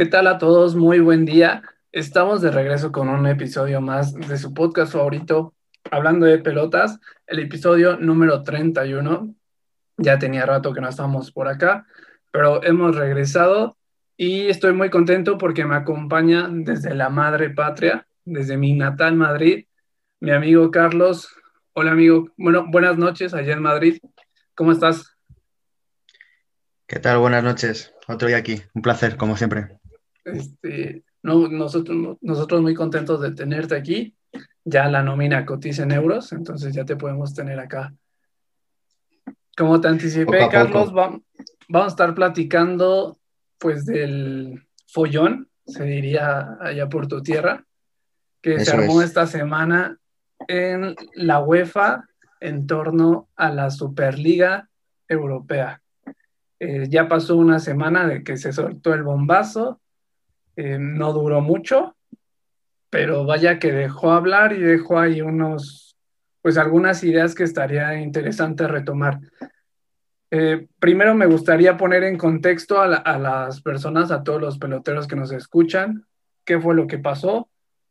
¿Qué tal a todos? Muy buen día. Estamos de regreso con un episodio más de su podcast favorito, hablando de pelotas, el episodio número 31. Ya tenía rato que no estábamos por acá, pero hemos regresado y estoy muy contento porque me acompaña desde la madre patria, desde mi natal Madrid, mi amigo Carlos. Hola amigo, bueno, buenas noches allá en Madrid. ¿Cómo estás? ¿Qué tal? Buenas noches. Otro día aquí. Un placer, como siempre. No, nosotros muy contentos de tenerte aquí. Ya la nómina cotiza en euros, entonces ya te podemos tener acá. Como te Poco anticipé, a poco. Carlos, vamos a estar platicando pues del follón, se diría allá por tu tierra, que se Eso armó es. esta semana en la UEFA en torno a la Superliga Europea. Ya pasó una semana de que se soltó el bombazo, no duró mucho, pero vaya que dejó hablar y dejó ahí pues algunas ideas que estaría interesante retomar. Primero me gustaría poner en contexto a las personas, a todos los peloteros que nos escuchan, qué fue lo que pasó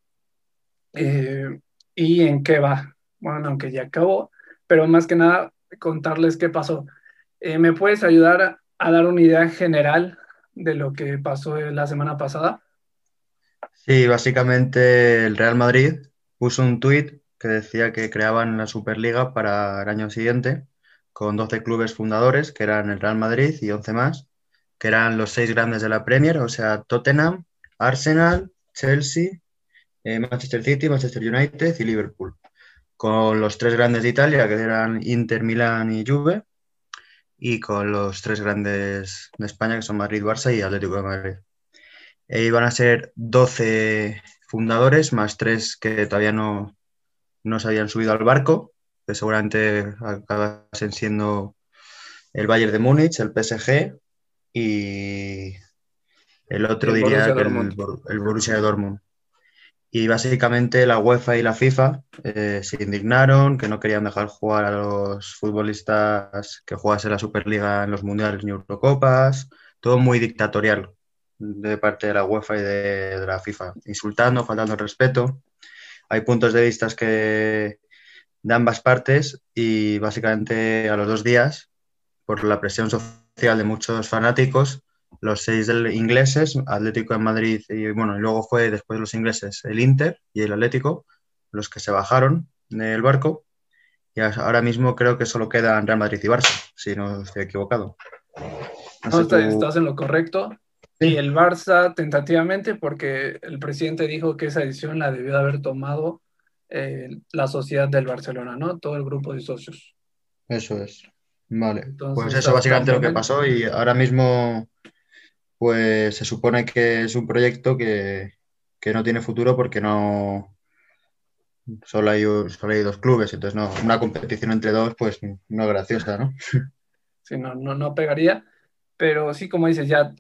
eh, y en qué va. Bueno, aunque ya acabó, pero más que nada contarles qué pasó. ¿Me puedes ayudar a dar una idea general de lo que pasó la semana pasada? Sí, básicamente el Real Madrid puso un tuit que decía que creaban la Superliga para el año siguiente con 12 clubes fundadores, que eran el Real Madrid y 11 más, que eran los seis grandes de la Premier, o sea, Tottenham, Arsenal, Chelsea, Manchester City, Manchester United y Liverpool. Con los tres grandes de Italia, que eran Inter, Milán y Juve, y con los tres grandes de España, que son Madrid, Barça y Atlético de Madrid. Iban a ser 12 fundadores, más tres que todavía no se habían subido al barco, que seguramente acabasen siendo el Bayern de Múnich, el PSG y el Y otro el Borussia diría que Dortmund. El Borussia de Dortmund. Y básicamente la UEFA y la FIFA se indignaron, que no querían dejar jugar a los futbolistas que jugasen la Superliga en los Mundiales ni Eurocopas, todo muy dictatorial de parte de la UEFA y de la FIFA, insultando, faltando el respeto. Hay puntos de vista de ambas partes y básicamente a los 2 días, por la presión social de muchos fanáticos, los seis ingleses, Atlético de Madrid y bueno, y luego fue después de los ingleses el Inter y el Atlético, los que se bajaron del barco y ahora mismo creo que solo quedan Real Madrid y Barça, si no estoy equivocado. No No, sé tú. estás en lo correcto. Y Sí, el Barça tentativamente, porque el presidente dijo que esa decisión la debió de haber tomado la sociedad del Barcelona, ¿no? Todo el grupo de socios. eso es. Vale. Pues Entonces, eso hasta el básicamente lo que momento, pasó y ahora mismo pues se supone que es un proyecto que no tiene futuro porque solo hay dos clubes, entonces no, una competición entre dos, pues no es graciosa, ¿no? sí, no pegaría. Pero sí, como dices, ya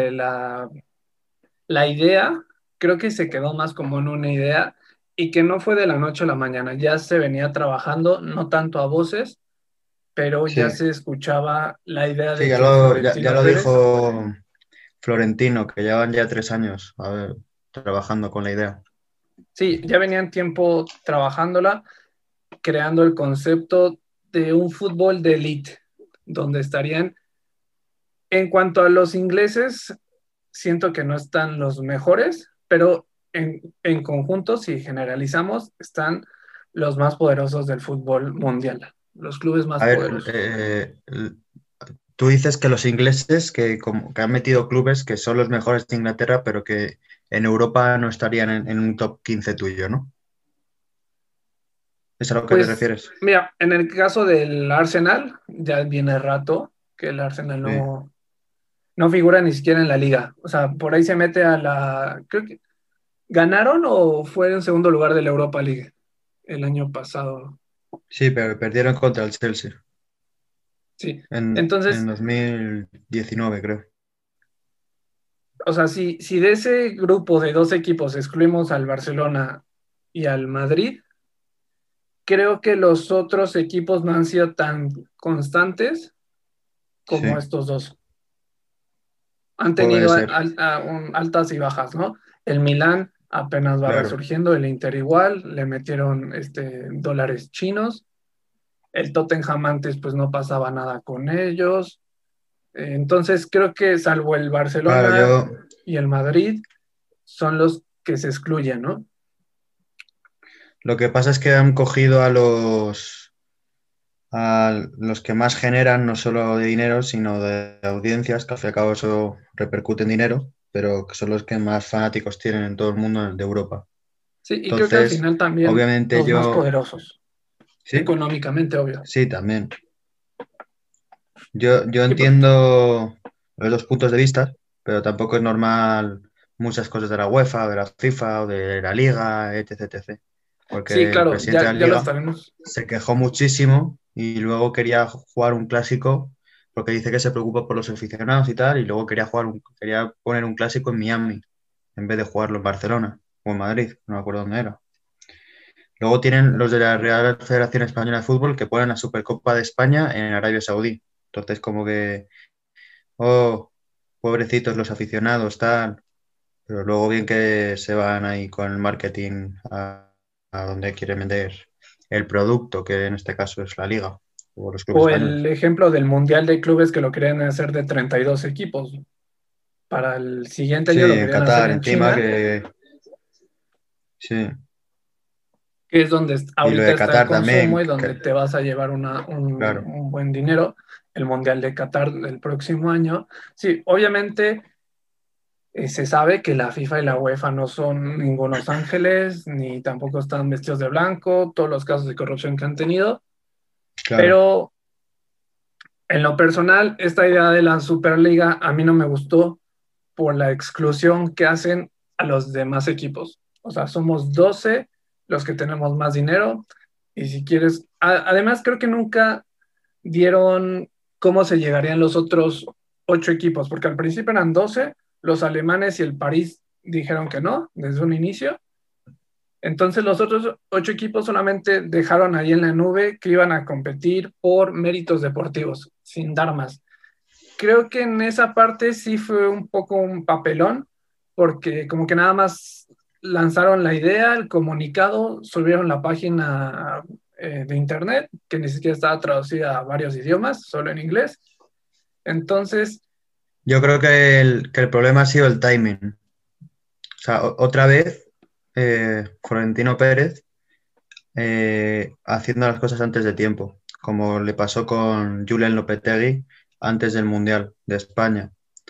la idea creo que se quedó más como en una idea y que no fue de la noche a la mañana. Ya se venía trabajando, no tanto a voces, pero ya Sí, se escuchaba la idea sí, de que ya Florentino lo Pérez. dijo Florentino, que llevan ya 3 años a ver, trabajando con la idea. Sí, ya venían tiempo trabajándola, creando el concepto de un fútbol de élite, donde estarían, en cuanto a los ingleses, siento que no están los mejores, pero en conjunto, si generalizamos, están los más poderosos del fútbol mundial, los clubes más A ver, poderosos. tú dices que los ingleses que han metido clubes que son los mejores de Inglaterra, pero que en Europa no estarían en un top 15 tuyo, ¿no? ¿Es a lo que te Pues refieres? mira, en el caso del Arsenal, ya viene rato que el Arsenal Sí. no figura ni siquiera en la liga. O sea, por ahí se mete creo que ¿ganaron o fue en segundo lugar de la Europa League el año pasado? Sí, pero perdieron contra el Chelsea Sí. en Entonces, 2019, creo. o sea, si de ese grupo de dos equipos excluimos al Barcelona y al Madrid, creo que los otros equipos no han sido tan constantes como Sí. estos dos. Han Puede tenido ser, altas y bajas, ¿no? El Milán apenas va claro. resurgiendo, el Inter igual, le metieron dólares chinos, el Tottenham antes pues no pasaba nada con ellos. Entonces creo que salvo el Claro, Barcelona yo y el Madrid son los que se excluyen, ¿no? lo que pasa es que han cogido a los que más generan, no solo de dinero, sino de audiencias, que al fin y al cabo eso repercute en dinero, pero que son los que más fanáticos tienen en todo el mundo de Europa. Sí, y creo que al Entonces, final también obviamente los más yo, poderosos, sí, económicamente, obvio. sí, también. Yo Sí, entiendo los dos puntos de vista, pero tampoco es normal muchas cosas de la UEFA, de la FIFA o de la Liga, etc, etc. sí, Porque el claro, presidente de la ya lo Liga estaremos. se quejó muchísimo y luego quería jugar un clásico porque dice que se preocupa por los aficionados y tal, y luego quería poner un clásico en Miami en vez de jugarlo en Barcelona o en Madrid, no me acuerdo dónde era. Luego tienen los de la Real Federación Española de Fútbol que ponen la Supercopa de España en Arabia Saudí. Entonces, como que, oh, pobrecitos los aficionados, tal, pero luego bien que se van ahí con el marketing a donde quieren vender el producto, que en este caso es la liga o los clubes O el españoles. ejemplo del Mundial de Clubes que lo querían hacer de 32 equipos. Para el siguiente Sí, año lo en querían hacer Qatar, en encima China, que sí, que es donde y lo ahorita de está el Qatar consumo también, y donde te vas a llevar claro, un buen dinero, el Mundial de Qatar del próximo año. Sí, obviamente se sabe que la FIFA y la UEFA no son ningunos ángeles, ni tampoco están vestidos de blanco, todos los casos de corrupción que han tenido, claro. pero en lo personal, esta idea de la Superliga a mí no me gustó por la exclusión que hacen a los demás equipos. O sea, somos 12 los que tenemos más dinero y si quieres, además creo que nunca dieron cómo se llegarían los otros 8 equipos, porque al principio eran 12, los alemanes y el París dijeron que no desde un inicio. Entonces los otros 8 equipos solamente dejaron ahí en la nube que iban a competir por méritos deportivos, sin dar más. Creo que en esa parte sí fue un poco un papelón, porque como que nada más lanzaron la idea, el comunicado, subieron la página de internet, que ni siquiera estaba traducida a varios idiomas, solo en inglés. Entonces, Yo creo que el problema ha sido el timing. O sea, otra vez, Florentino Pérez haciendo las cosas antes de tiempo, como le pasó con Julen Lopetegui antes del Mundial de España.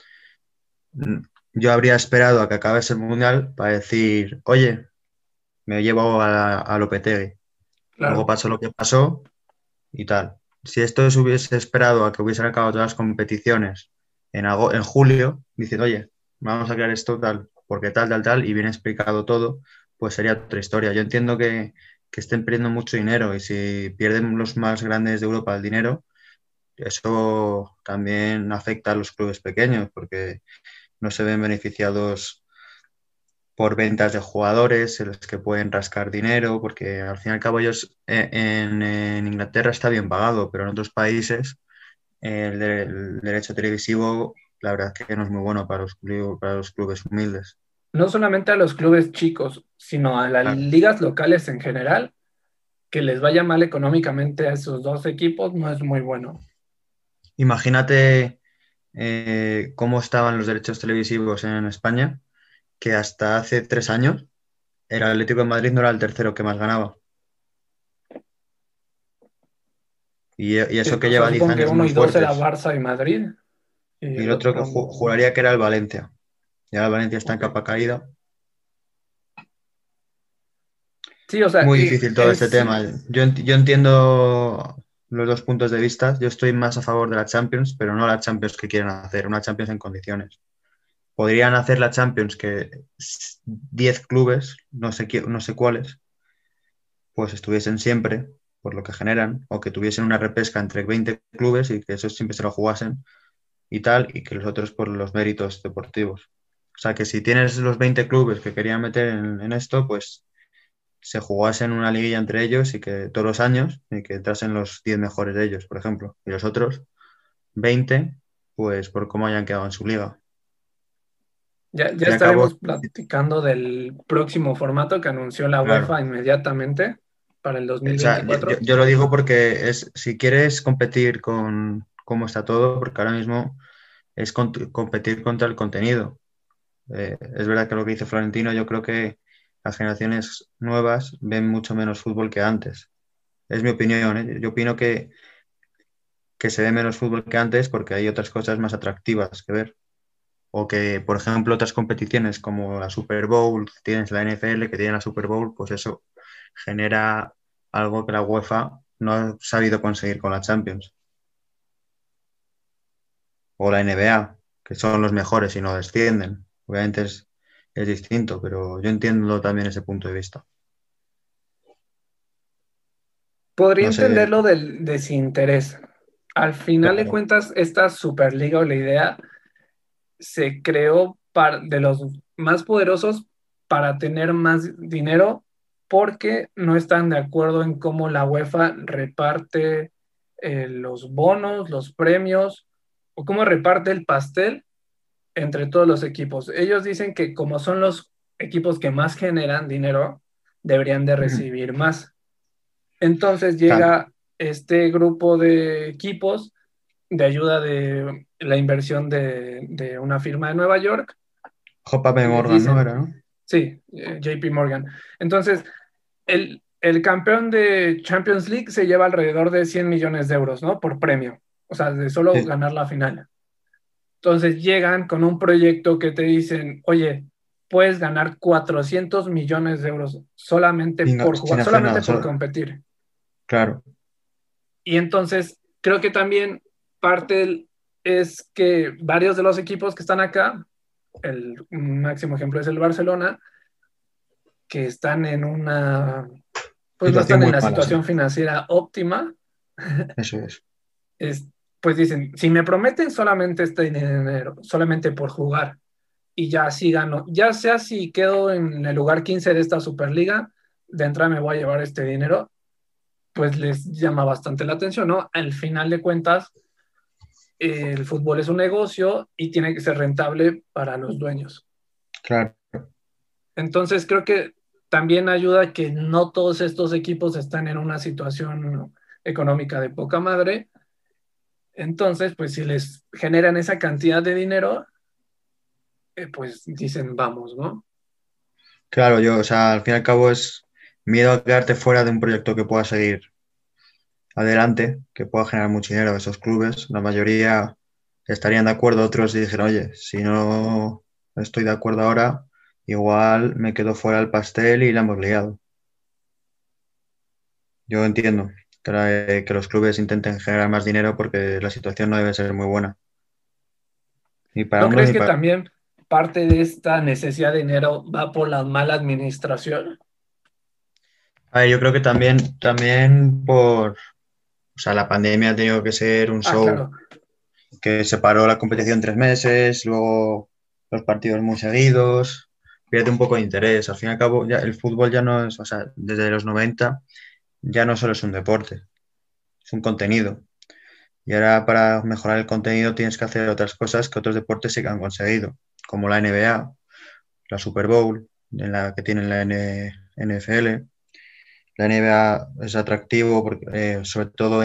Yo habría esperado a que acabase el Mundial para decir, oye, me llevo a Lopetegui. Luego claro, pasó lo que pasó y tal. Si esto se hubiese esperado a que hubiesen acabado todas las competiciones en julio, diciendo, oye, vamos a crear esto tal, porque tal, tal, tal, y bien explicado todo, pues sería otra historia. Yo entiendo que estén perdiendo mucho dinero y si pierden los más grandes de Europa el dinero, eso también afecta a los clubes pequeños, porque no se ven beneficiados por ventas de jugadores en los que pueden rascar dinero, porque al fin y al cabo ellos en Inglaterra está bien pagado, pero en otros países el derecho televisivo la verdad es que no es muy bueno para los clubes humildes. no solamente a los clubes chicos, sino a las Claro. ligas locales en general, que les vaya mal económicamente a esos dos equipos no es muy bueno. Imagínate cómo estaban los derechos televisivos en España, que hasta hace 3 años el Atlético de Madrid no era el tercero que más ganaba. Y Sí, eso que o sea, lleva 10 supongo que años uno muy y dos era fuertes. Barça y Madrid, y Y el el otro que otro no. juraría que era el Valencia. Y ahora el Valencia está en Ok. capa caída. Sí, o sea, Muy y difícil todo en este sí, tema. Yo entiendo los dos puntos de vista. Yo estoy más a favor de la Champions, pero no la Champions que quieren hacer, una Champions en condiciones. Podrían hacer la Champions que 10 clubes, no sé cuáles, pues estuviesen siempre por lo que generan, o que tuviesen una repesca entre 20 clubes y que esos siempre se lo jugasen y tal, y que los otros por los méritos deportivos. O sea que si tienes los 20 clubes que querían meter en esto, pues se jugasen una liguilla entre ellos y que todos los años y que entrasen los 10 mejores de ellos, por ejemplo, y los otros 20, pues por cómo hayan quedado en su liga. Ya, Al ya fin y al cabo, estaremos platicando del próximo formato que anunció la UEFA claro. inmediatamente para el O sea, yo, 2024. yo lo digo porque es, si quieres competir con cómo está todo, porque ahora mismo es competir contra el contenido. Es verdad que lo que dice Florentino, yo creo que las generaciones nuevas ven mucho menos fútbol que antes. Es mi opinión, ¿eh? Yo opino que se ve menos fútbol que antes porque hay otras cosas más atractivas que ver. O que, por ejemplo, otras competiciones como la Super Bowl, tienes la NFL que tiene la Super Bowl, pues eso genera algo que la UEFA no ha sabido conseguir con la Champions. O la NBA, que son los mejores y no descienden. Obviamente es distinto, pero yo entiendo también ese punto de vista. Podría No sé, entenderlo del desinterés. Al final de claro. cuentas, esta Superliga o la idea se creó de los más poderosos para tener más dinero porque no están de acuerdo en cómo la UEFA reparte los bonos, los premios o cómo reparte el pastel entre todos los equipos. Ellos dicen que como son los equipos que más generan dinero, deberían de Mm. recibir más. Entonces Claro. llega este grupo de equipos de ayuda de la inversión de una firma de Nueva York JP y les Morgan, ¿no dicen, era, no? sí, JP Morgan. Entonces, el campeón de Champions League se lleva alrededor de 100 millones de euros, ¿no? Por premio, o sea, de solo Sí. ganar la final. Entonces llegan con un proyecto que te dicen, oye, puedes ganar 400 millones de euros solamente por Sin jugar, hacer solamente nada, por solo. competir. Claro. Y entonces creo que también parte es que varios de los equipos que están acá, el máximo ejemplo es el Barcelona, que están en una, pues no Situación están en muy la mala, sí. situación financiera óptima, Eso es. es, pues dicen, si me prometen solamente este dinero, solamente por jugar, y ya así gano, ya sea si quedo en el lugar 15 de esta Superliga, de entrada me voy a llevar este dinero, pues les llama bastante la atención, ¿no? Al final de cuentas, el fútbol es un negocio y tiene que ser rentable para los dueños. Claro. Entonces creo que también ayuda que no todos estos equipos están en una situación económica de poca madre. Entonces, pues si les generan esa cantidad de dinero, pues dicen vamos, ¿no? Claro, yo, o sea, al fin y al cabo es miedo a quedarte fuera de un proyecto que pueda seguir adelante, que pueda generar mucho dinero a esos clubes. La mayoría estarían de acuerdo, otros dijeron, oye, si no estoy de acuerdo ahora, igual me quedo fuera del pastel y la hemos liado. Yo entiendo que los clubes intenten generar más dinero porque la situación no debe ser muy buena, ni para ¿No unos crees ni que para... también parte de esta necesidad de dinero va por la mala administración? A ver, yo creo que también por, o sea, la pandemia ha tenido que ser un Ah, show claro. que separó la competición 3 meses, luego los partidos muy seguidos, pierde un poco de interés. Al fin y al cabo, ya, el fútbol ya no es, o sea, desde los 90 ya no solo es un deporte, es un contenido. Y ahora para mejorar el contenido tienes que hacer otras cosas que otros deportes sí que han conseguido, como la NBA, la Super Bowl, en la que tienen la NFL. La NBA es atractivo porque, sobre todo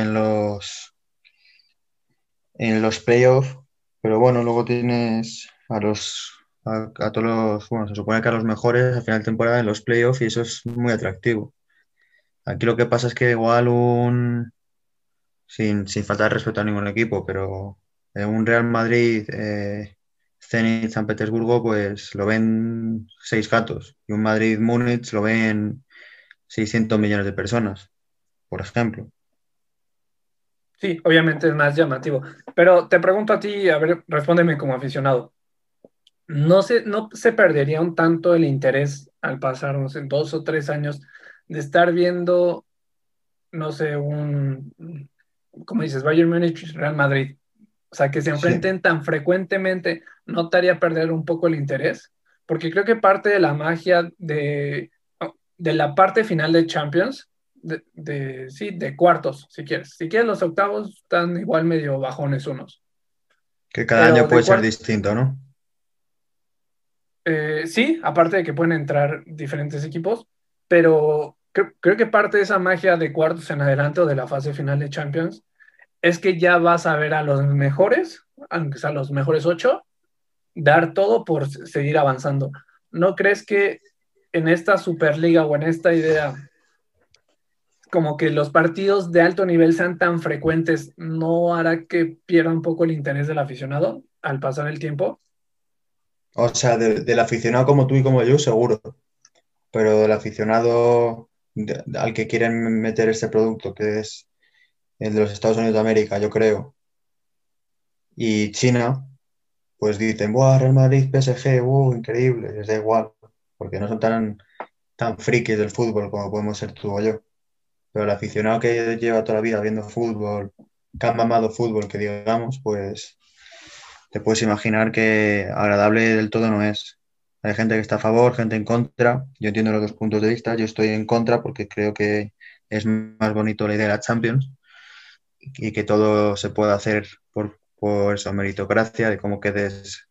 en los playoffs, pero bueno, luego tienes a todos los, bueno, se supone que a los mejores a final de temporada en los playoffs y eso es muy atractivo. Aquí lo que pasa es que igual sin faltar respeto a ningún equipo, pero un Real Madrid, Zenit, San Petersburgo, pues lo ven 6 gatos y un Madrid-Múnich lo ven 600 millones de personas, por ejemplo. Sí, obviamente es más llamativo. Pero te pregunto a ti, a ver, respóndeme como aficionado. ¿No se perdería un tanto el interés al pasar, no sé, 2 o 3 años de estar viendo, no sé, como dices, Bayern Múnich, Real Madrid? O sea, que se Sí, enfrenten tan frecuentemente, ¿no te haría perder un poco el interés? Porque creo que parte de la magia de la parte final de Champions, sí, de cuartos, si quieres. Si quieres, los octavos están igual medio bajones unos. que cada Pero año de puede ser cuartos, distinto, ¿no? Sí, aparte de que pueden entrar diferentes equipos, pero creo que parte de esa magia de cuartos en adelante o de la fase final de Champions es que ya vas a ver a los mejores, aunque sea los mejores ocho, dar todo por seguir avanzando. ¿No crees que en esta Superliga o en esta idea, como que los partidos de alto nivel sean tan frecuentes, no hará que pierda un poco el interés del aficionado al pasar el tiempo? O sea, del aficionado como tú y como yo, seguro. Pero del aficionado al que quieren meter este producto, que es el de los Estados Unidos de América, yo creo, y China, pues dicen, ¡buah, Real Madrid, PSG, increíble! Les da igual, porque no son tan frikis del fútbol como podemos ser tú o yo. Pero el aficionado que lleva toda la vida viendo fútbol, que ha mamado fútbol, que digamos, pues te puedes imaginar que agradable del todo no es. Hay gente que está a favor, gente en contra. Yo entiendo los dos puntos de vista. Yo estoy en contra porque creo que es más bonito la idea de la Champions y que todo se puede hacer por esa meritocracia, de cómo quedes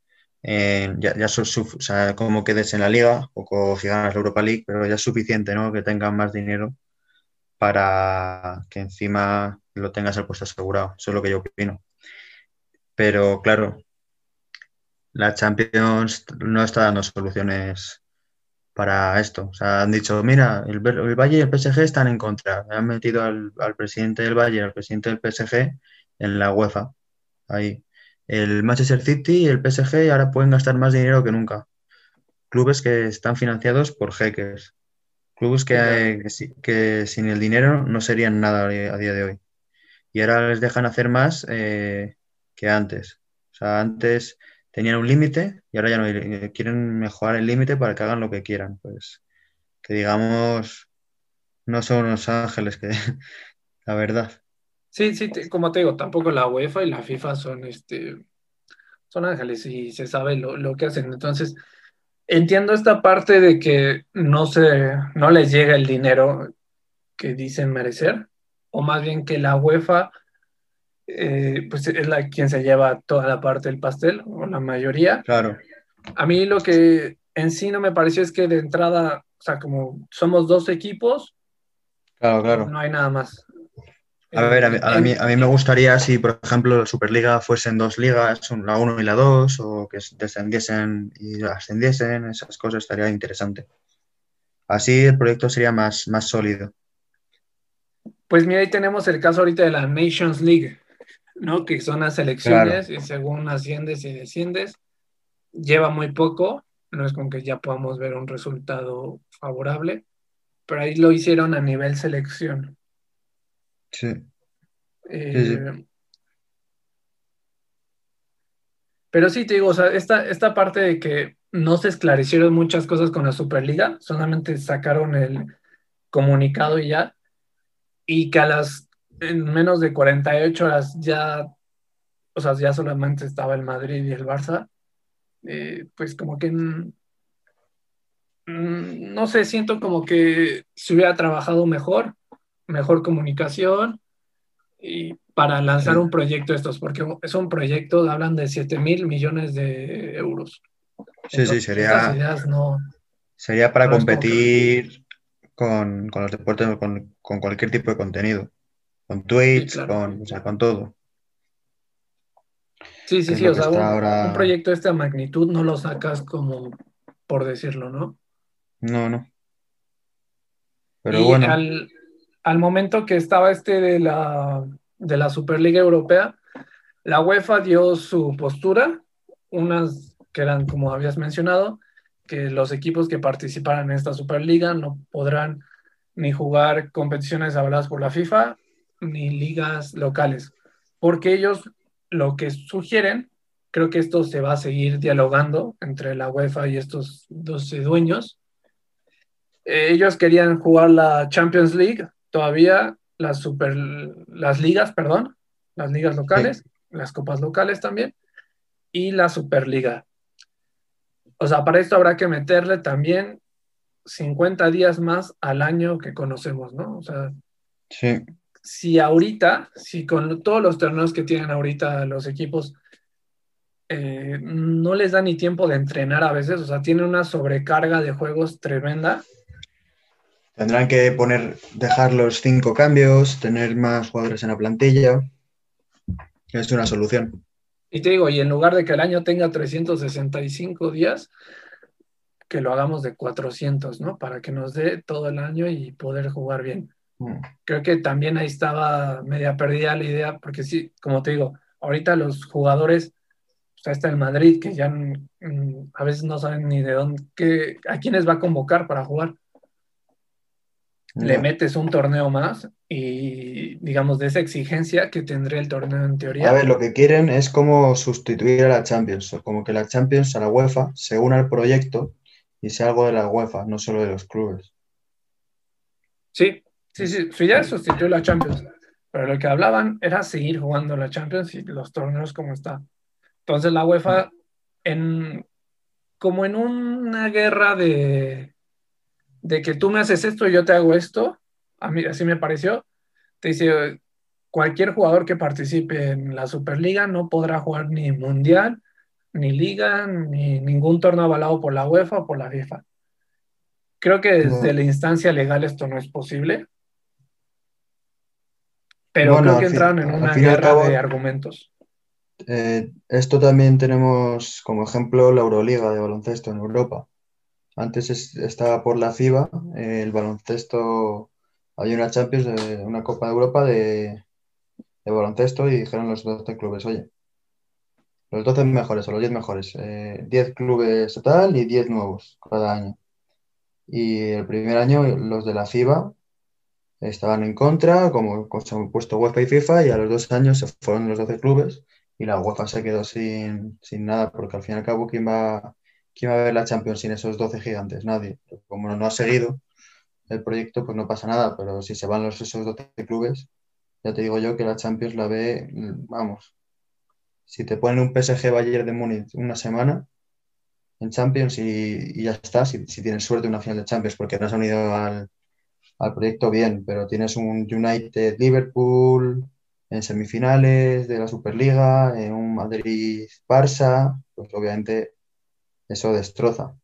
o sea, cómo quedes en la liga o si ganas la Europa League, pero ya es suficiente, ¿no? Que tengan más dinero para que encima lo tengas el puesto asegurado. Eso es lo que yo opino. Pero claro, la Champions no está dando soluciones para esto. O sea, han dicho, mira, el Valle y el PSG están en contra. Han metido al presidente del Valle y al presidente del PSG en la UEFA. Ahí. El Manchester City y el PSG ahora pueden gastar más dinero que nunca. Clubes que están financiados por jeques. Clubes Sí, claro. que sin el dinero no serían nada a día de hoy. Y ahora les dejan hacer más que antes. O sea, antes tenían un límite y ahora ya no quieren mejorar el límite para que hagan lo que quieran. Pues que digamos, no son unos ángeles, que la verdad. Sí, sí, como te digo, tampoco la UEFA y la FIFA son, son ángeles y se sabe lo que hacen. Entonces, entiendo esta parte de que no les llega el dinero que dicen merecer, o más bien que la UEFA, pues es la quien se lleva toda la parte del pastel, o la mayoría. Claro, A mí lo que en sí no me pareció es que de entrada, o sea, como somos dos equipos, claro, no claro. hay nada más. A ver, a mí me gustaría si, por ejemplo, la Superliga fuesen dos ligas, la uno y la 2 o que descendiesen y ascendiesen, esas cosas estaría interesante. Así el proyecto sería más sólido. Pues mira, ahí tenemos el caso ahorita de la Nations League, ¿no? Que son las Claro, selecciones y según asciendes y desciendes, lleva muy poco, no es como que ya podamos ver un resultado favorable, pero ahí lo hicieron a nivel selección. sí, sí, sí, Eh, pero sí, te digo, o sea, esta parte de que no se esclarecieron muchas cosas con la Superliga, solamente sacaron el comunicado y ya, y que en menos de 48 horas ya, o sea, ya solamente estaba el Madrid y el Barça, pues como que no sé, siento como que se hubiera trabajado mejor comunicación y para lanzar un sí. proyecto de estos, porque es un proyecto, hablan de 7.000 millones de euros. Sí, sí, Entonces, estas ideas sería para no es como que... competir con los deportes, con cualquier tipo de contenido, con Sí, tweets, claro. o sea, con todo, Sí, que sí, es sí, lo o que sea, está un ahora. proyecto de esta magnitud no lo sacas como por decirlo, ¿no? No, no, pero Y bueno, al momento que estaba de la Superliga Europea, la UEFA dio su postura, unas que eran, como habías mencionado, que los equipos que participaran en esta Superliga no podrán ni jugar competiciones avaladas por la FIFA ni ligas locales, porque ellos lo que sugieren, creo que esto se va a seguir dialogando entre la UEFA y estos 12 dueños. Ellos querían jugar la Champions League, todavía las ligas, perdón, las ligas sí, locales, las copas locales también, y la Superliga. O sea, para esto habrá que meterle también 50 días más al año que conocemos, ¿no? O sea, sí, si con todos los torneos que tienen ahorita los equipos no les da ni tiempo de entrenar a veces, o sea, tienen una sobrecarga de juegos tremenda. Tendrán que dejar los 5 cambios, tener más jugadores en la plantilla. Es una solución. Y te digo, y en lugar de que el año tenga 365 días, que lo hagamos de 400, ¿no? Para que nos dé todo el año y poder jugar bien. Mm. Creo que también ahí estaba media perdida la idea, porque sí, como te digo, ahorita los jugadores, o sea, está el Madrid, que ya a veces no saben ni de dónde, a quiénes va a convocar para jugar. Le Ya. metes un torneo más y, digamos, de esa exigencia que tendría el torneo en A teoría. ver, lo que quieren es como sustituir a la Champions, o como que la Champions a la UEFA se una al proyecto y sea algo de la UEFA, no solo de los clubes. Sí, sí, sí, sí, ya sustituyó la Champions, pero lo que hablaban era seguir jugando la Champions y los torneos como está. Entonces la UEFA, en, como en una guerra de que tú me haces esto y yo te hago esto, a mí así me pareció, te dice, cualquier jugador que participe en la Superliga no podrá jugar ni Mundial, ni Liga, ni ningún torneo avalado por la UEFA o por la FIFA. Creo que desde No. la instancia legal esto no es posible, pero Bueno, creo que entraron en al una fin y al guerra de cabo, argumentos. esto también tenemos como ejemplo la Euroliga de baloncesto en Europa. Antes estaba por la FIBA, el baloncesto, había una Champions, una Copa de Europa de baloncesto y dijeron los 12 clubes, oye, los 12 mejores o los 10 mejores, 10 clubes total y 10 nuevos cada año. Y el primer año los de la FIBA estaban en contra, como se han puesto UEFA y FIFA, y a los 2 años se fueron los 12 clubes y la UEFA se quedó sin nada, porque al fin y al cabo, ¿quién va a ver la Champions sin esos 12 gigantes? Nadie. Como no ha seguido el proyecto, pues no pasa nada, pero si se van esos 12 clubes, ya te digo yo que la Champions la ve, vamos, si te ponen un PSG Bayern de Múnich una semana en Champions y ya está, si tienes suerte una final de Champions, porque no has unido al proyecto bien, pero tienes un United Liverpool en semifinales de la Superliga, en un Madrid Barça, pues obviamente eso destroza.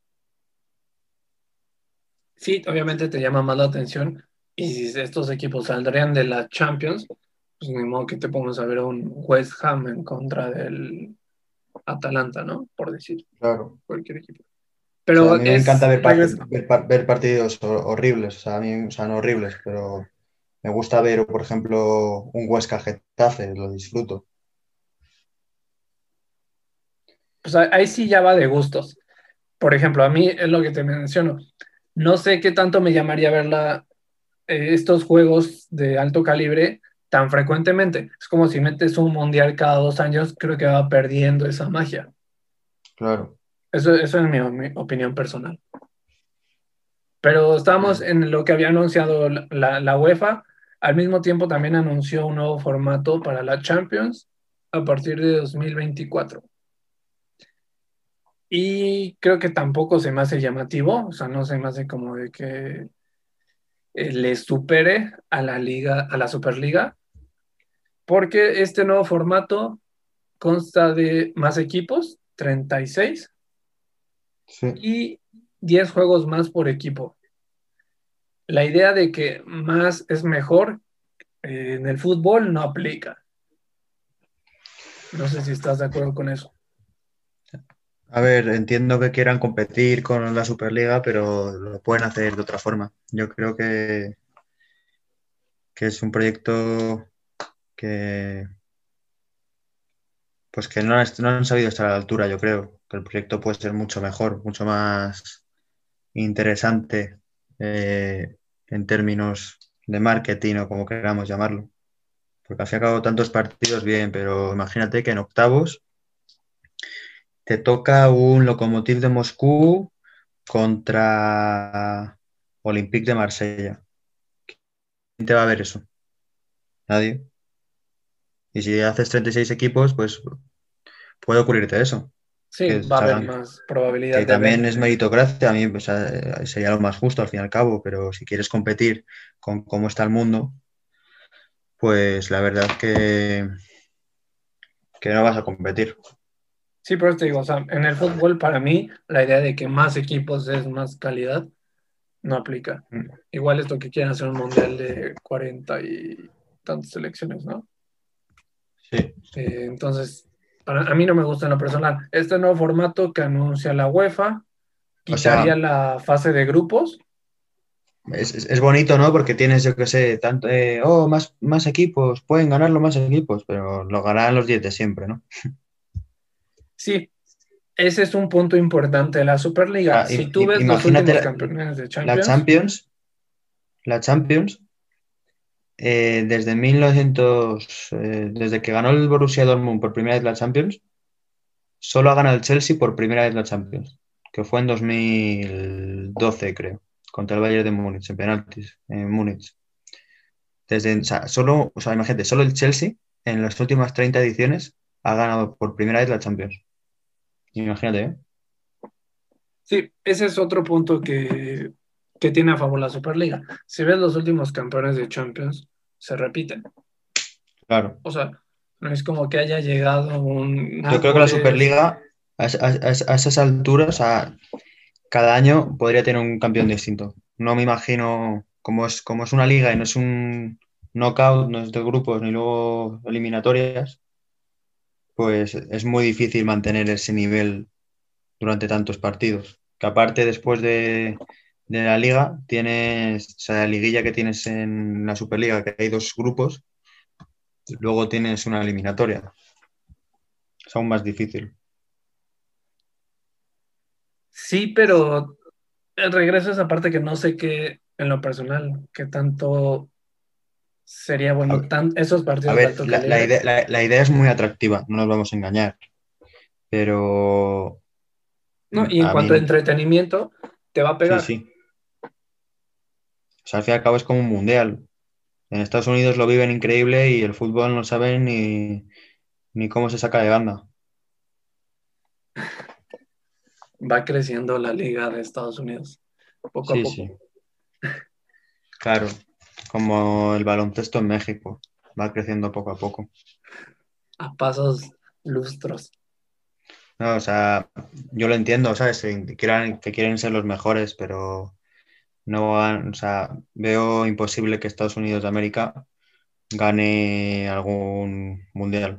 Sí, obviamente te llama más la atención y si estos equipos saldrían de la Champions, pues ni modo que te pongas a ver a un West Ham en contra del Atalanta, ¿no? Por decir Claro. cualquier equipo. O sea, a Pero mí me encanta es, regresa. ver partidos horribles, o sea, a mí, o sea, no horribles, pero me gusta ver, por ejemplo, un Huesca Getafe, lo disfruto. Pues ahí sí ya va de gustos. Por ejemplo, a mí es lo que te menciono. No sé qué tanto me llamaría ver estos juegos de alto calibre tan frecuentemente. Es como si metes un mundial cada 2 años, creo que va perdiendo esa magia. Claro. Eso es mi opinión personal. Pero estamos en lo que había anunciado la UEFA. Al mismo tiempo también anunció un nuevo formato para la Champions a partir de 2024. Y creo que tampoco se me hace llamativo, o sea, no se me hace como de que le supere a la liga, a la Superliga, porque este nuevo formato consta de más equipos, 36 Sí. y 10 juegos más por equipo. La idea de que más es mejor en el fútbol no aplica. No sé si estás de acuerdo con eso. A ver, entiendo que quieran competir con la Superliga, pero lo pueden hacer de otra forma. Yo creo que es un proyecto que, pues que no han sabido estar a la altura, yo creo. Que el proyecto puede ser mucho mejor, mucho más interesante en términos de marketing o como queramos llamarlo. Porque al fin y al cabo tantos partidos bien, pero imagínate que en octavos te toca un Lokomotiv de Moscú contra Olympique de Marsella. ¿Quién te va a ver eso? Nadie. Y si haces 36 equipos, pues puede ocurrirte eso. Sí, Que va a haber salgan, más probabilidad que de también es vender. meritocracia, a mí pues, sería lo más justo al fin y al cabo, pero si quieres competir con cómo está el mundo, pues la verdad que no vas a competir. Sí, pero te digo, o sea, en el fútbol para mí la idea de que más equipos es más calidad no aplica. Mm. Igual esto que quieren hacer un mundial de 40 y tantas selecciones, ¿no? Sí. Entonces, a mí no me gusta en lo personal. Este nuevo formato que anuncia la UEFA O quitaría sea, la fase de grupos. es bonito, ¿no? Porque tienes, yo qué sé, tanto, más equipos, pueden ganarlo más equipos, pero lo ganarán los 10 de siempre, ¿no? Sí, ese es un punto importante de la Superliga. Ah, Si tú ves los imagínate últimos campeones de la Champions, Champions, la Champions, desde 1900, desde que ganó el Borussia Dortmund por primera vez la Champions, solo ha ganado el Chelsea por primera vez la Champions, que fue en 2012, creo, contra el Bayern de Múnich, en penaltis, en Múnich. O sea, imagínate, solo el Chelsea en las últimas 30 ediciones ha ganado por primera vez la Champions. Imagínate, ¿eh? sí, ese es otro punto que tiene a favor la Superliga. Si ves los últimos campeones de Champions, se repiten. Claro. O sea, no es como que haya llegado un Yo creo que la Nápoles. Superliga a esas alturas, cada año podría tener un campeón distinto. No me imagino, como es una liga y no es un knockout, no es de grupos ni luego eliminatorias, pues es muy difícil mantener ese nivel durante tantos partidos. Que aparte, después de la liga, tienes, o sea, la liguilla que tienes en la Superliga, que hay dos grupos, luego tienes una eliminatoria. Es aún más difícil. Sí, pero regreso a esa parte que no sé qué, en lo personal, qué tanto sería A, bueno esos a partidos de ver, alto calibre. la idea es muy atractiva, no nos vamos a engañar, pero No, y en a cuanto a mí, entretenimiento, te va a sí, pegar. sí. O sea, al fin y al cabo es como un mundial. En Estados Unidos lo viven increíble y el fútbol no saben ni cómo se saca de banda. Va creciendo la liga de Estados Unidos, poco a Sí, poco, sí, claro. Como el baloncesto en México. Va creciendo poco a poco. a pasos lustros. No, o sea, yo lo entiendo, ¿sabes? Que quieren ser los mejores, pero no van, o sea, veo imposible que Estados Unidos de América gane algún mundial.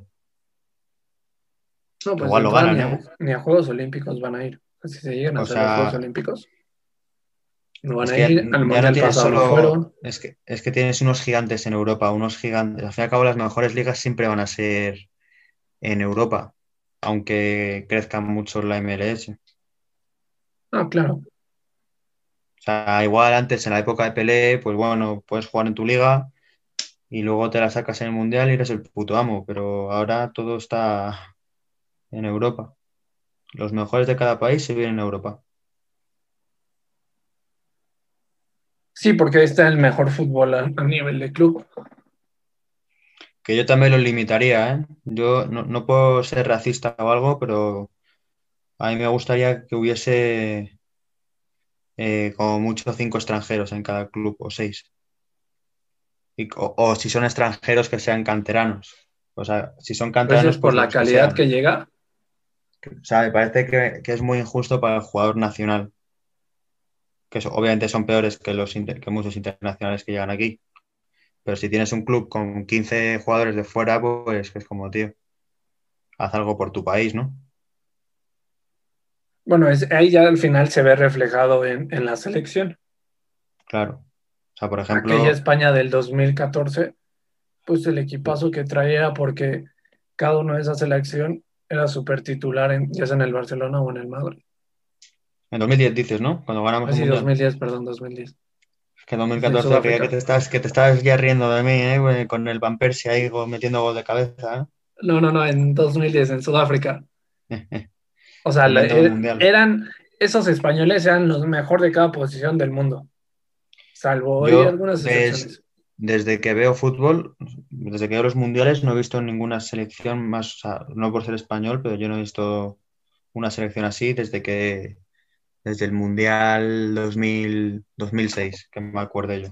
No, Que pues de igual lo entrada ganan, ¿eh? ni a Juegos Olímpicos van a ir. Si se llegan a O hacer los Juegos sea, Olímpicos, no van es a que ir. Al ya no Mundial tienes pasado no solo, fueron. es que tienes unos gigantes en Europa, unos gigantes. Al fin y al cabo, las mejores ligas siempre van a ser en Europa, aunque crezca mucho la MLS. No, claro. O sea, igual antes en la época de Pelé, pues bueno, puedes jugar en tu liga y luego te la sacas en el Mundial y eres el puto amo, pero ahora todo está en Europa. Los mejores de cada país se vienen en Europa. Sí, porque ahí está el mejor fútbol a nivel de club. Que yo también los limitaría, ¿eh? Yo no puedo ser racista o algo, pero a mí me gustaría que hubiese como mucho 5 extranjeros en cada club o 6. O si son extranjeros que sean canteranos. O sea, si son A veces canteranos, por pues la los que calidad que sean. llega. O sea, me parece que es muy injusto para el jugador nacional, que obviamente son peores que, que muchos internacionales que llegan aquí. Pero si tienes un club con 15 jugadores de fuera, pues es como, tío, haz algo por tu país, ¿no? Bueno, ahí ya al final se ve reflejado en la selección. Claro. O sea, por Aquella ejemplo, España del 2014, pues el equipazo que traía porque cada uno de esa selección era súper titular, ya sea en el Barcelona o en el Madrid. en 2010 dices, ¿no? Cuando ganamos un Así, mundial. 2010, perdón, 2010. Es que en En 2014 creía Sudáfrica. que te estabas ya riendo de mí, ¿eh? Güey, con el Van Persie ahí metiendo gol de cabeza, No, no, no, en 2010, en Sudáfrica. ¿eh? O sea, Tremendo mundial. esos españoles eran los mejor de cada posición del mundo, salvo hoy Yo, algunas excepciones. desde que veo fútbol, desde que veo los mundiales, no he visto ninguna selección más, o sea, no por ser español, pero yo no he visto una selección así desde el Mundial 2006, que me acuerdo yo.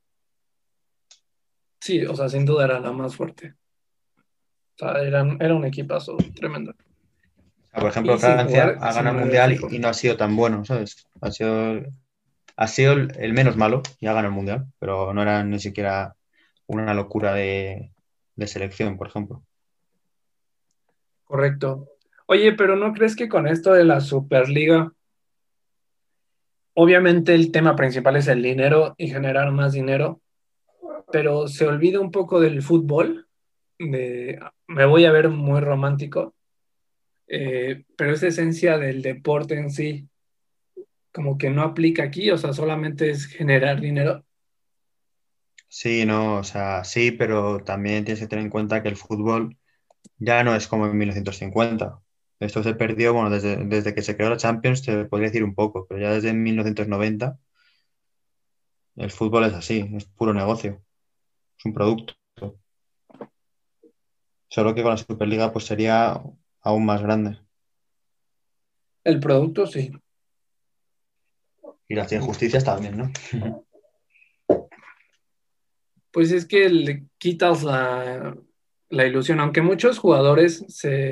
Sí, o sea, sin duda era la más fuerte. O sea, era un equipazo tremendo. sea, por ejemplo, y sin Francia jugar ha ganado el simular el Mundial fútbol. y no ha sido tan bueno, ¿sabes? Ha sido el menos malo y ha ganado el Mundial, pero no era ni siquiera una locura de selección, por ejemplo. Correcto. Oye, pero ¿no crees que con esto de la Superliga, obviamente el tema principal es el dinero y generar más dinero, pero se olvida un poco del fútbol? Me voy a ver muy romántico, pero esa esencia del deporte en sí, como que no aplica aquí, o sea, solamente es generar dinero. Sí, no, o sea, sí, pero también tienes que tener en cuenta que el fútbol ya no es como en 1950. Esto se perdió, bueno, desde que se creó la Champions, te podría decir un poco, pero ya desde 1990 el fútbol es así, es puro negocio, es un producto. Solo que con la Superliga pues sería aún más grande. El producto, sí. Y las injusticias también, ¿no? Pues es que le quitas la ilusión, aunque muchos jugadores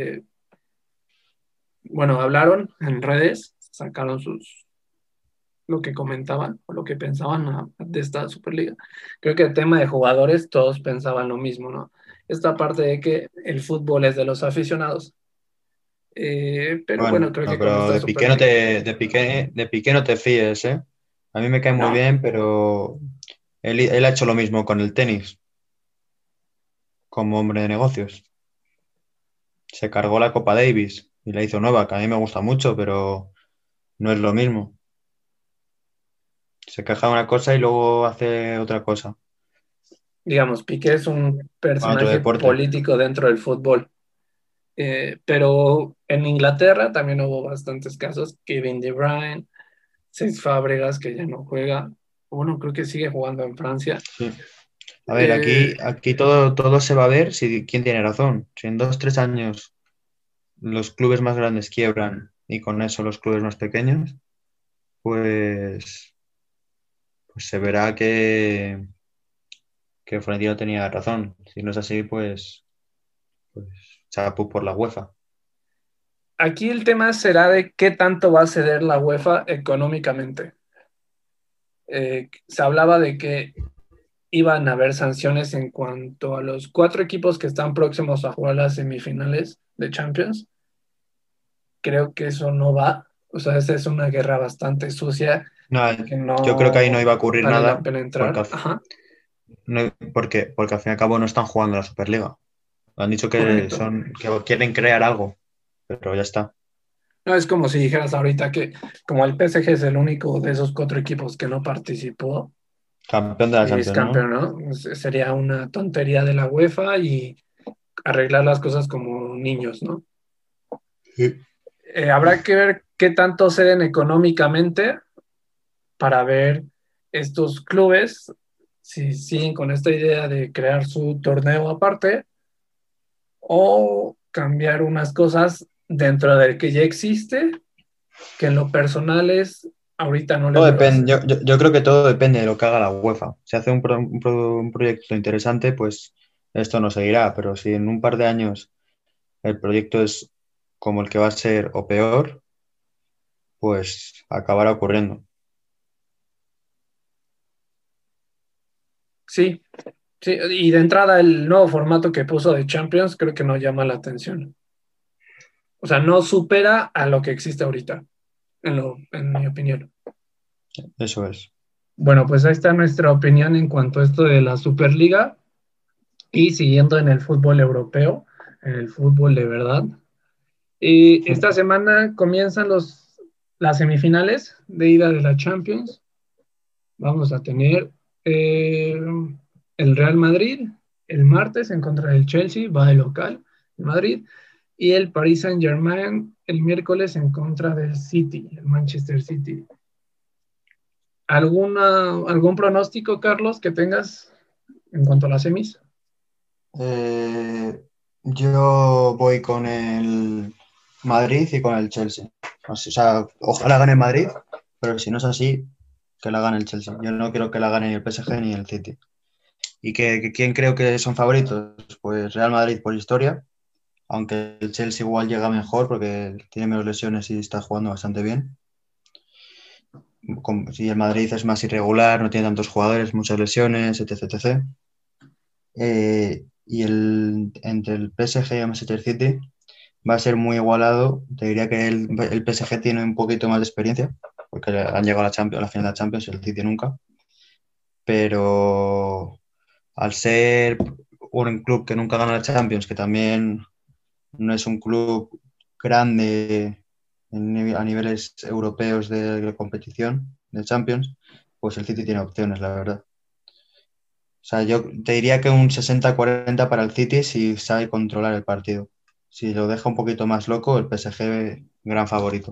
bueno, hablaron en redes, sacaron lo que comentaban o lo que pensaban de esta Superliga. Creo que el tema de jugadores, todos pensaban lo mismo, ¿no? Esta parte de que el fútbol es de los aficionados. Pero Bueno, bueno, creo que con pero esta de Piqué no Superliga. de Piqué no te fíes, ¿eh? A mí me cae muy No, bien, pero él ha hecho lo mismo con el tenis, como hombre de negocios. Se cargó la Copa Davis y la hizo nueva, que a mí me gusta mucho, pero no es lo mismo. Se queja de una cosa y luego hace otra cosa digamos, Piqué es un con otro personaje deporte. político dentro del fútbol. Pero en Inglaterra también hubo bastantes casos. Kevin De Bruyne, Cesc Fábregas, que ya no juega. Bueno, creo que sigue jugando en Francia. Sí. A ver, aquí, Eh, aquí todo se va a ver si quién tiene razón. Si en 2, 3 años los clubes más grandes quiebran y con eso los clubes más pequeños, pues se verá que Florentino tenía razón. Si no es así, pues chapu por la UEFA. Aquí el tema será de qué tanto va a ceder la UEFA económicamente. Se hablaba de que iban a haber sanciones en cuanto a los cuatro equipos que están próximos a jugar las semifinales de Champions. Creo que eso no va. O sea, esa es una guerra bastante sucia No, que yo creo que ahí no no iba a ocurrir vale la nada pena porque entrar. Ajá, porque al fin y al cabo no están jugando la Superliga. Han dicho correcto. que quieren crear algo, pero ya está. No es como si dijeras ahorita que como el PSG es el único de esos cuatro equipos que no participó, Campeón de la es Champions, ¿no? campeón, ¿no? Sería una tontería de la UEFA y arreglar las cosas como niños, ¿no? Sí. Habrá que ver qué tanto ceden económicamente para ver estos clubes si siguen con esta idea de crear su torneo aparte o cambiar unas cosas dentro del que ya existe, que en lo personal es, ahorita no Todo les veo depende, hacer. yo creo que todo depende de lo que haga la UEFA. Si hace un proyecto interesante, pues esto no seguirá, pero si en un par de años el proyecto es como el que va a ser o peor, pues acabará ocurriendo. Sí, sí, y de entrada el nuevo formato que puso de Champions creo que no llama la atención. O sea, no supera a lo que existe ahorita, en mi opinión. Eso es. Bueno, pues ahí está nuestra opinión en cuanto a esto de la Superliga y siguiendo en el fútbol europeo, en el fútbol de verdad. Y esta semana comienzan las semifinales de ida de la Champions. Vamos a tener eh, el Real Madrid el martes en contra del Chelsea, va de local, en Madrid, y el Paris Saint-Germain el miércoles en contra del City, el Manchester City. ¿Algún pronóstico, Carlos, que tengas en cuanto a las semis? Eh, yo voy con el Madrid y con el Chelsea. O sea, ojalá gane el Madrid, pero si no es así, que la gane el Chelsea. Yo no quiero que la gane ni el PSG ni el City. ¿Y quién creo que son favoritos? Pues Real Madrid por historia aunque el Chelsea igual llega mejor porque tiene menos lesiones y está jugando bastante bien. Si el Madrid es más irregular, no tiene tantos jugadores, muchas lesiones, etc. etc. Y entre el PSG y el Manchester City va a ser muy igualado. Te diría que el PSG tiene un poquito más de experiencia, porque han llegado a a la final de la Champions, el City nunca. Pero al ser un club que nunca gana la Champions, que también no es un club grande a niveles europeos de competición, de Champions, pues el City tiene opciones, la verdad. O sea, yo te diría que un 60-40 para el City si sabe controlar el partido. Si lo deja un poquito más loco, el PSG, gran favorito.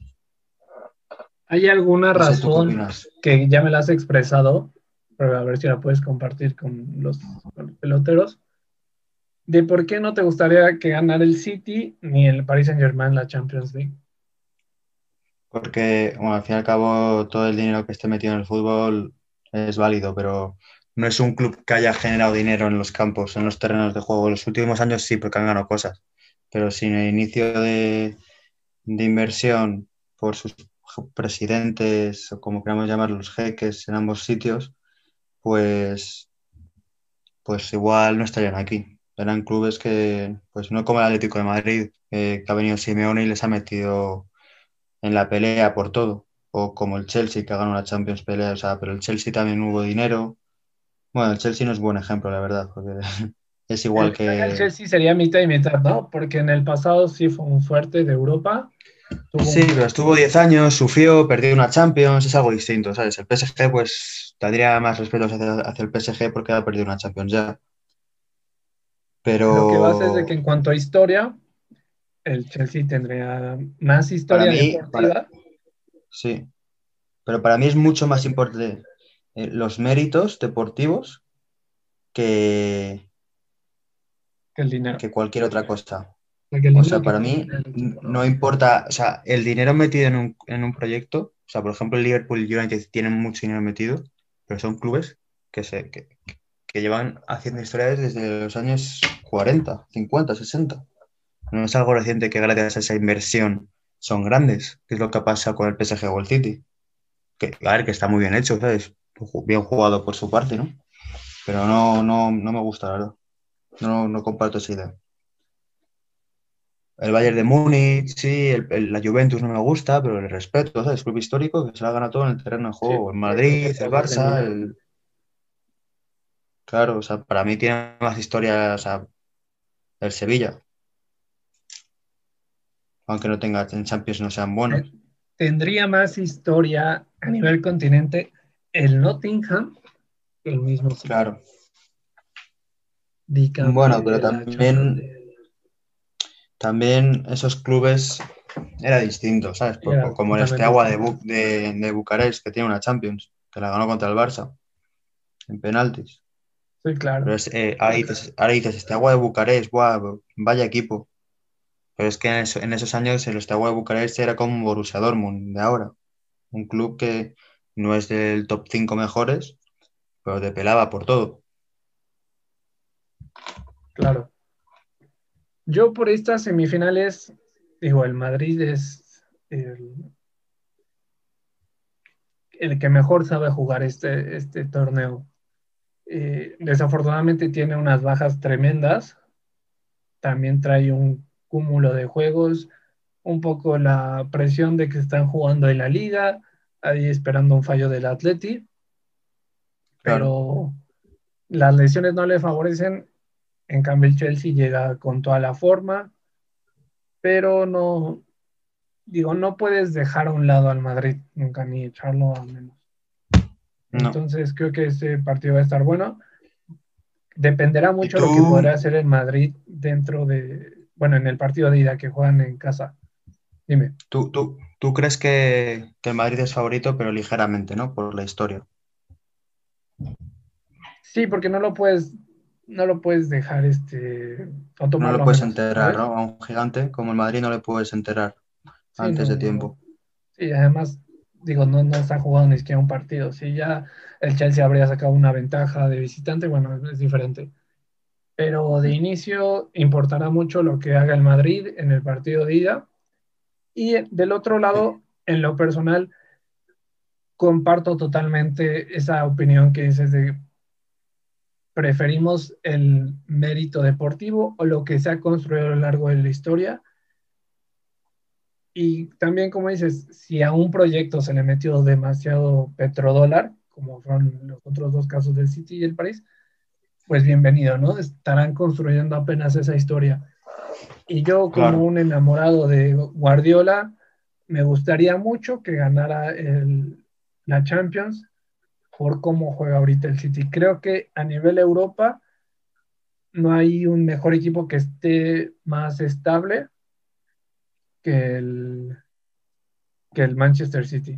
¿Hay alguna No sé, ¿tú qué razón opinas? que ya me la has expresado, pero a ver si la puedes compartir con los peloteros, de por qué no te gustaría que ganara el City ni el Paris Saint-Germain la Champions League? Porque, bueno, al fin y al cabo, todo el dinero que esté metido en el fútbol es válido, pero no es un club que haya generado dinero en los campos, en los terrenos de juego. En los últimos años sí, porque han ganado cosas, pero sin el inicio de inversión por sus presidentes, o como queramos llamarlos, jeques en ambos sitios, pues, pues igual no estarían aquí. Eran clubes que, pues no como el Atlético de Madrid, que ha venido Simeone y les ha metido en la pelea por todo. O como el Chelsea, que ha ganado la Champions pelea, o sea, pero el Chelsea también hubo dinero. Bueno, el Chelsea no es buen ejemplo, la verdad, porque es igual El que... Chelsea sería mitad y mitad, ¿no? Porque en el pasado sí fue un fuerte de Europa, tuvo Sí, un... pero estuvo 10 años, sufrió, perdió una Champions, es algo distinto, ¿sabes? El PSG, pues, tendría más respeto hacia el PSG porque ha perdido una Champions ya. Lo que pasa es de que Pero en cuanto a historia, el Chelsea tendría más para historia mí, deportiva. sí, pero para mí es mucho más importante los méritos deportivos que, Que el dinero. que cualquier otra cosa. Porque el O dinero sea, que para puede mí tener el equipo, no ¿no? importa, o sea, el dinero metido en un proyecto, o sea, por ejemplo, el Liverpool y United tienen mucho dinero metido, pero son clubes que llevan haciendo historias desde los años 40, 50, 60. No es algo reciente que gracias a esa inversión son grandes, que es lo que pasa con el PSG o el City. Que, a ver, que está muy bien hecho, ¿sabes? Bien jugado por su parte, ¿no? Pero no me gusta, la verdad. No comparto esa idea. El Bayern de Múnich, sí, la Juventus no me gusta, pero el respeto, ¿sabes? Club histórico que se la gana todo en el terreno de Sí, juego. El sí, porque Madrid, el todos hacen Barça, dinero. claro, o sea, para mí tiene más historia, o sea, el Sevilla, aunque no tenga en Champions no sean Te- buenos. Tendría más historia a nivel continente el Nottingham que el mismo City. Claro. Bueno, Dígame pero la Champions League. también esos clubes era distinto, ¿sabes? Era Como el totalmente Steaua distinto. de Bucarest, que tiene una Champions, que la ganó contra el Barça en penaltis. Sí, Pero claro. ahora dices, Steaua de Bucarest, ¡buah! Vaya equipo. Pero es que en esos años el Steaua de Bucarest era como un Borussia Dortmund de ahora. Un club que no es del top 5 mejores, pero te pelaba por todo. Claro. Yo por estas semifinales, digo, el Madrid es el que mejor sabe jugar este torneo. Desafortunadamente tiene unas bajas tremendas. También trae un cúmulo de juegos, un poco la presión de que están jugando en la liga, ahí esperando un fallo del Atleti, Claro. pero las lesiones no le favorecen. En cambio, el Chelsea llega con toda la forma, pero no, digo, no puedes dejar a un lado al Madrid, nunca ni echarlo a menos. No. Entonces, creo que este partido va a estar bueno. Dependerá ¿Y mucho lo que tú, podrá hacer el Madrid dentro de, bueno, en el partido de ida que juegan en casa. Dime. tú crees que el Madrid es favorito, pero ligeramente, ¿no? Por la historia. Sí, porque no lo puedes dejar o No lo tomarlo a puedes menos, enterrar, ¿sabes? ¿no? A un gigante como el Madrid no le puedes enterrar Sí, antes no, de no, no. tiempo. Sí, además, digo, no se ha jugado ni siquiera un partido. Si ya el Chelsea habría sacado una ventaja de visitante, bueno, es diferente. pero de inicio importará mucho lo que haga el Madrid en el partido de ida. Y del otro Sí. lado, en lo personal, comparto totalmente esa opinión que dices de preferimos el mérito deportivo o lo que se ha construido a lo largo de la historia. Y también, como dices, si a un proyecto se le metió demasiado petrodólar, como son los otros dos casos del City y el París, pues bienvenido, ¿no? Estarán construyendo apenas esa historia. Y yo, como Claro. un enamorado de Guardiola, me gustaría mucho que ganara la Champions por cómo juega ahorita el City. Creo que a nivel Europa no hay un mejor equipo que esté más estable que el Manchester City,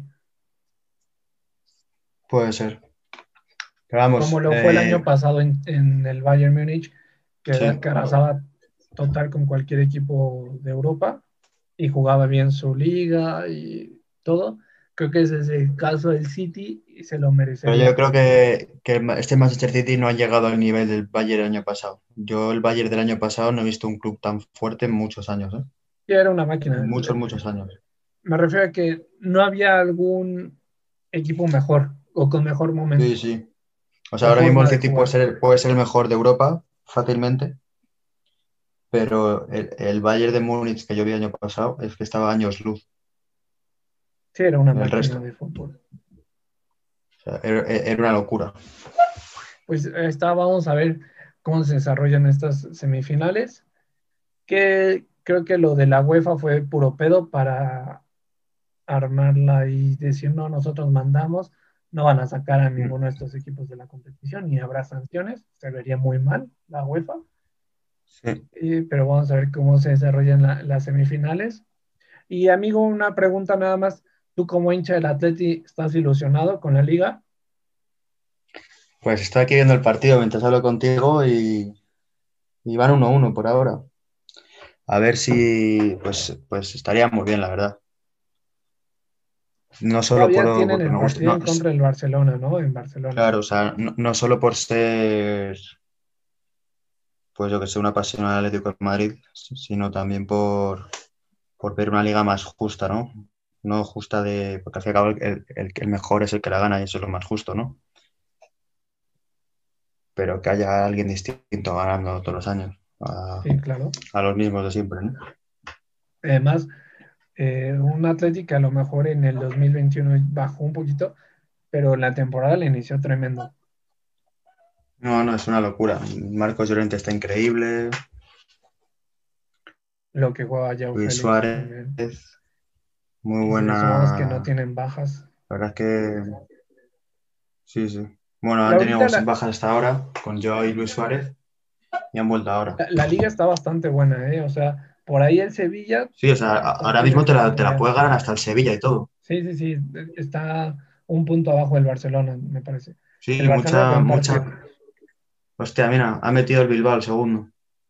Puede ser. Pero como vamos, lo fue el año pasado en el Bayern Múnich, que sí. arrasaba total con cualquier equipo de Europa y jugaba bien su liga y todo. Creo que ese es el caso del City y se lo Pero yo merecería. creo que este Manchester City no ha llegado al nivel del Bayern el año pasado. Yo el Bayern del año pasado no he visto un club tan fuerte en muchos años, ¿eh? Y era una máquina. Muchos, muchos años. Me refiero a que no había algún equipo mejor o con mejor Sí, momento sí. O sea, o ahora mismo el forma de City jugar. puede ser el mejor de Europa fácilmente, pero el Bayern de Múnich que yo vi el año pasado es que estaba años luz Sí, era una el máquina resto. de fútbol. O sea, era una locura. Pues vamos a ver cómo se desarrollan estas semifinales, que creo que lo de la UEFA fue puro pedo para armarla y decir, no, nosotros mandamos, no van a sacar a Mm. ninguno de estos equipos de la competición y habrá sanciones, se vería muy mal la UEFA, Sí. pero vamos a ver cómo se desarrollan las semifinales. Y amigo, una pregunta nada más, tú como hincha del Atleti, ¿estás ilusionado con la liga? Pues estoy aquí viendo el partido mientras hablo contigo y van 1-1 por ahora. A ver si, pues estaría muy bien, la verdad. No solo Todavía por, tienen porque el me gusta, partido no, en contra del Barcelona, ¿no? En Barcelona. claro, o sea, no solo por ser, pues yo que sé, un apasionado del Atlético de Madrid, sino también por ver una liga más justa, ¿no? No justa porque al fin y al cabo el mejor es el que la gana y eso es lo más justo, ¿no? Pero que haya alguien distinto ganando todos los años, Sí, claro. a los mismos de siempre, ¿no? Además, un Atlético que a lo mejor en el 2021 bajó un poquito, pero la temporada le inició tremendo. No, no, es una locura. Marcos Llorente está increíble, Lo que juega Joao Luis Félix Suárez, también. muy Y si sumamos que no buena. tienen bajas. La verdad es que sí, sí. Bueno, han tenido Ahorita bajas hasta ahora con Joao y Luis Suárez y han vuelto ahora. la liga está bastante buena, ¿eh? O sea, por ahí el Sevilla Sí, o sea, es ahora posible mismo que te la podría. puede ganar hasta el Sevilla y todo. Sí, sí, sí. Está un punto abajo del Barcelona, me parece. El Sí, Barcelona con mucha, un mucha. partido. Hostia, mira, ha metido el Bilbao el segundo.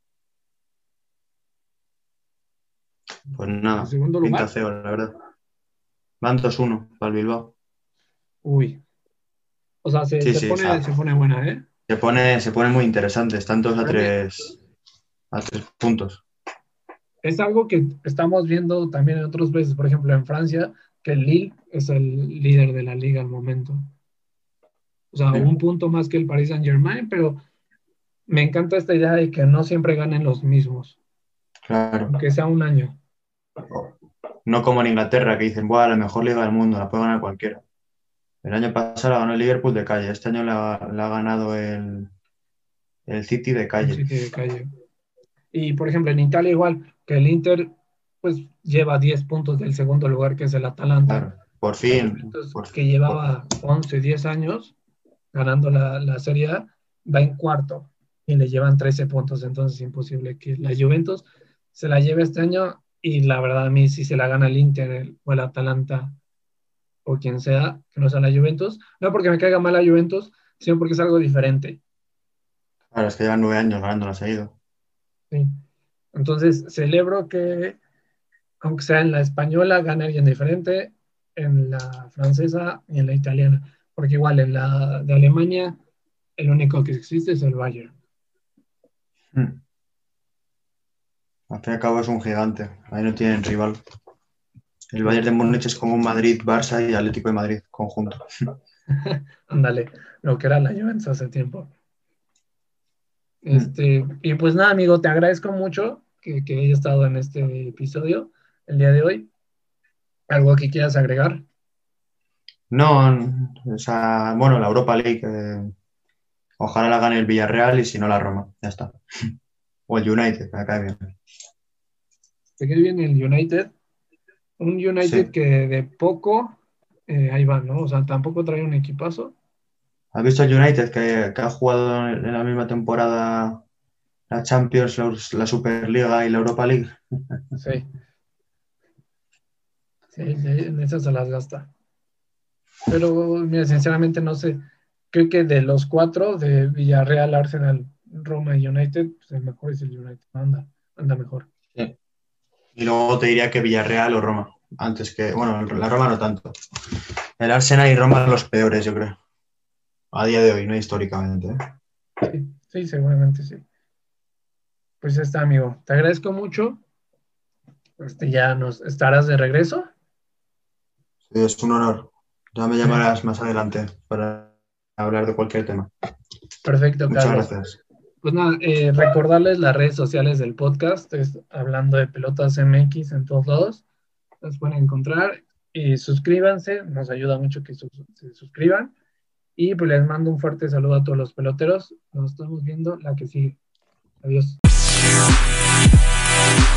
Pues En nada, segundo pinta lugar, feo, la verdad. Van 2-1 para el Bilbao. uy. O sea, se, Sí, se sí, o pone, sea, se pone buena, ¿eh? se pone muy interesante. Están todos a Creo que tres puntos. es algo que estamos viendo también en otros países, por ejemplo, en Francia, que el Lille es el líder de la liga al momento. O sea, un Sí, punto más que el Paris Saint-Germain, pero me encanta esta idea de que no siempre ganen los mismos, claro. aunque sea un año. No como en Inglaterra, que dicen, Buah, la mejor liga del mundo, la puede ganar cualquiera. El año pasado la ganó el Liverpool de calle, este año la ha ganado el City de Un calle. City de calle. Y por ejemplo, en Italia igual, que el Inter pues lleva 10 puntos del segundo lugar, que es el Atalanta. Claro, por La fin, Juventus, que llevaba 11 10 años ganando la Serie A, va en cuarto y le llevan 13 puntos, entonces es imposible que la Juventus se la lleve este año y la verdad a mí si se la gana el Inter o el Atalanta o quien sea, que no sea la Juventus, no porque me caiga mal la Juventus, sino porque es algo diferente. claro, es que llevan 9 años ganándola seguido. ¿Sí? Entonces celebro que aunque sea en la española, gane alguien diferente, en la francesa y en la italiana, porque igual en la de Alemania el único que existe es el Bayern. Mm. Al fin y al cabo es un gigante, ahí no tienen rival. El Bayern de Múnich es como un Madrid, Barça y Atlético de Madrid conjunto. Ándale, lo que era la Juventus hace tiempo. Mm. Y pues nada, amigo, te agradezco mucho que hayas estado en este episodio el día de hoy. ¿Algo que quieras agregar? No, o sea, bueno, la Europa League, ojalá la gane el Villarreal y si no la Roma, ya está. O el United, me cae bien. ¿De qué viene el United? Un United Sí. que de poco, ahí va, ¿no? O sea, tampoco trae un equipazo. ¿Has visto el United que ha jugado en la misma temporada la Champions, la Superliga y la Europa League? Sí, sí, sí, en esas se las gasta. Pero, mira, sinceramente no sé. Creo que de los cuatro, de Villarreal, Arsenal, Roma y United, pues el mejor es el United. Anda mejor. Sí. Y luego te diría que Villarreal o Roma, antes que, bueno, la Roma no tanto. El Arsenal y Roma los peores, yo creo. A día de hoy, no históricamente. ¿Eh? Sí, sí, seguramente sí. Pues ya está, amigo. Te agradezco mucho. Ya nos estarás de regreso. Sí, es un honor. Ya me llamarás más adelante para hablar de cualquier tema. Perfecto, Muchas Carlos. gracias. Pues nada, recordarles las redes sociales del podcast, es hablando de Pelotas MX en todos lados, las pueden encontrar y suscríbanse, nos ayuda mucho que se suscriban y pues les mando un fuerte saludo a todos los peloteros, nos estamos viendo la que sigue. Adiós.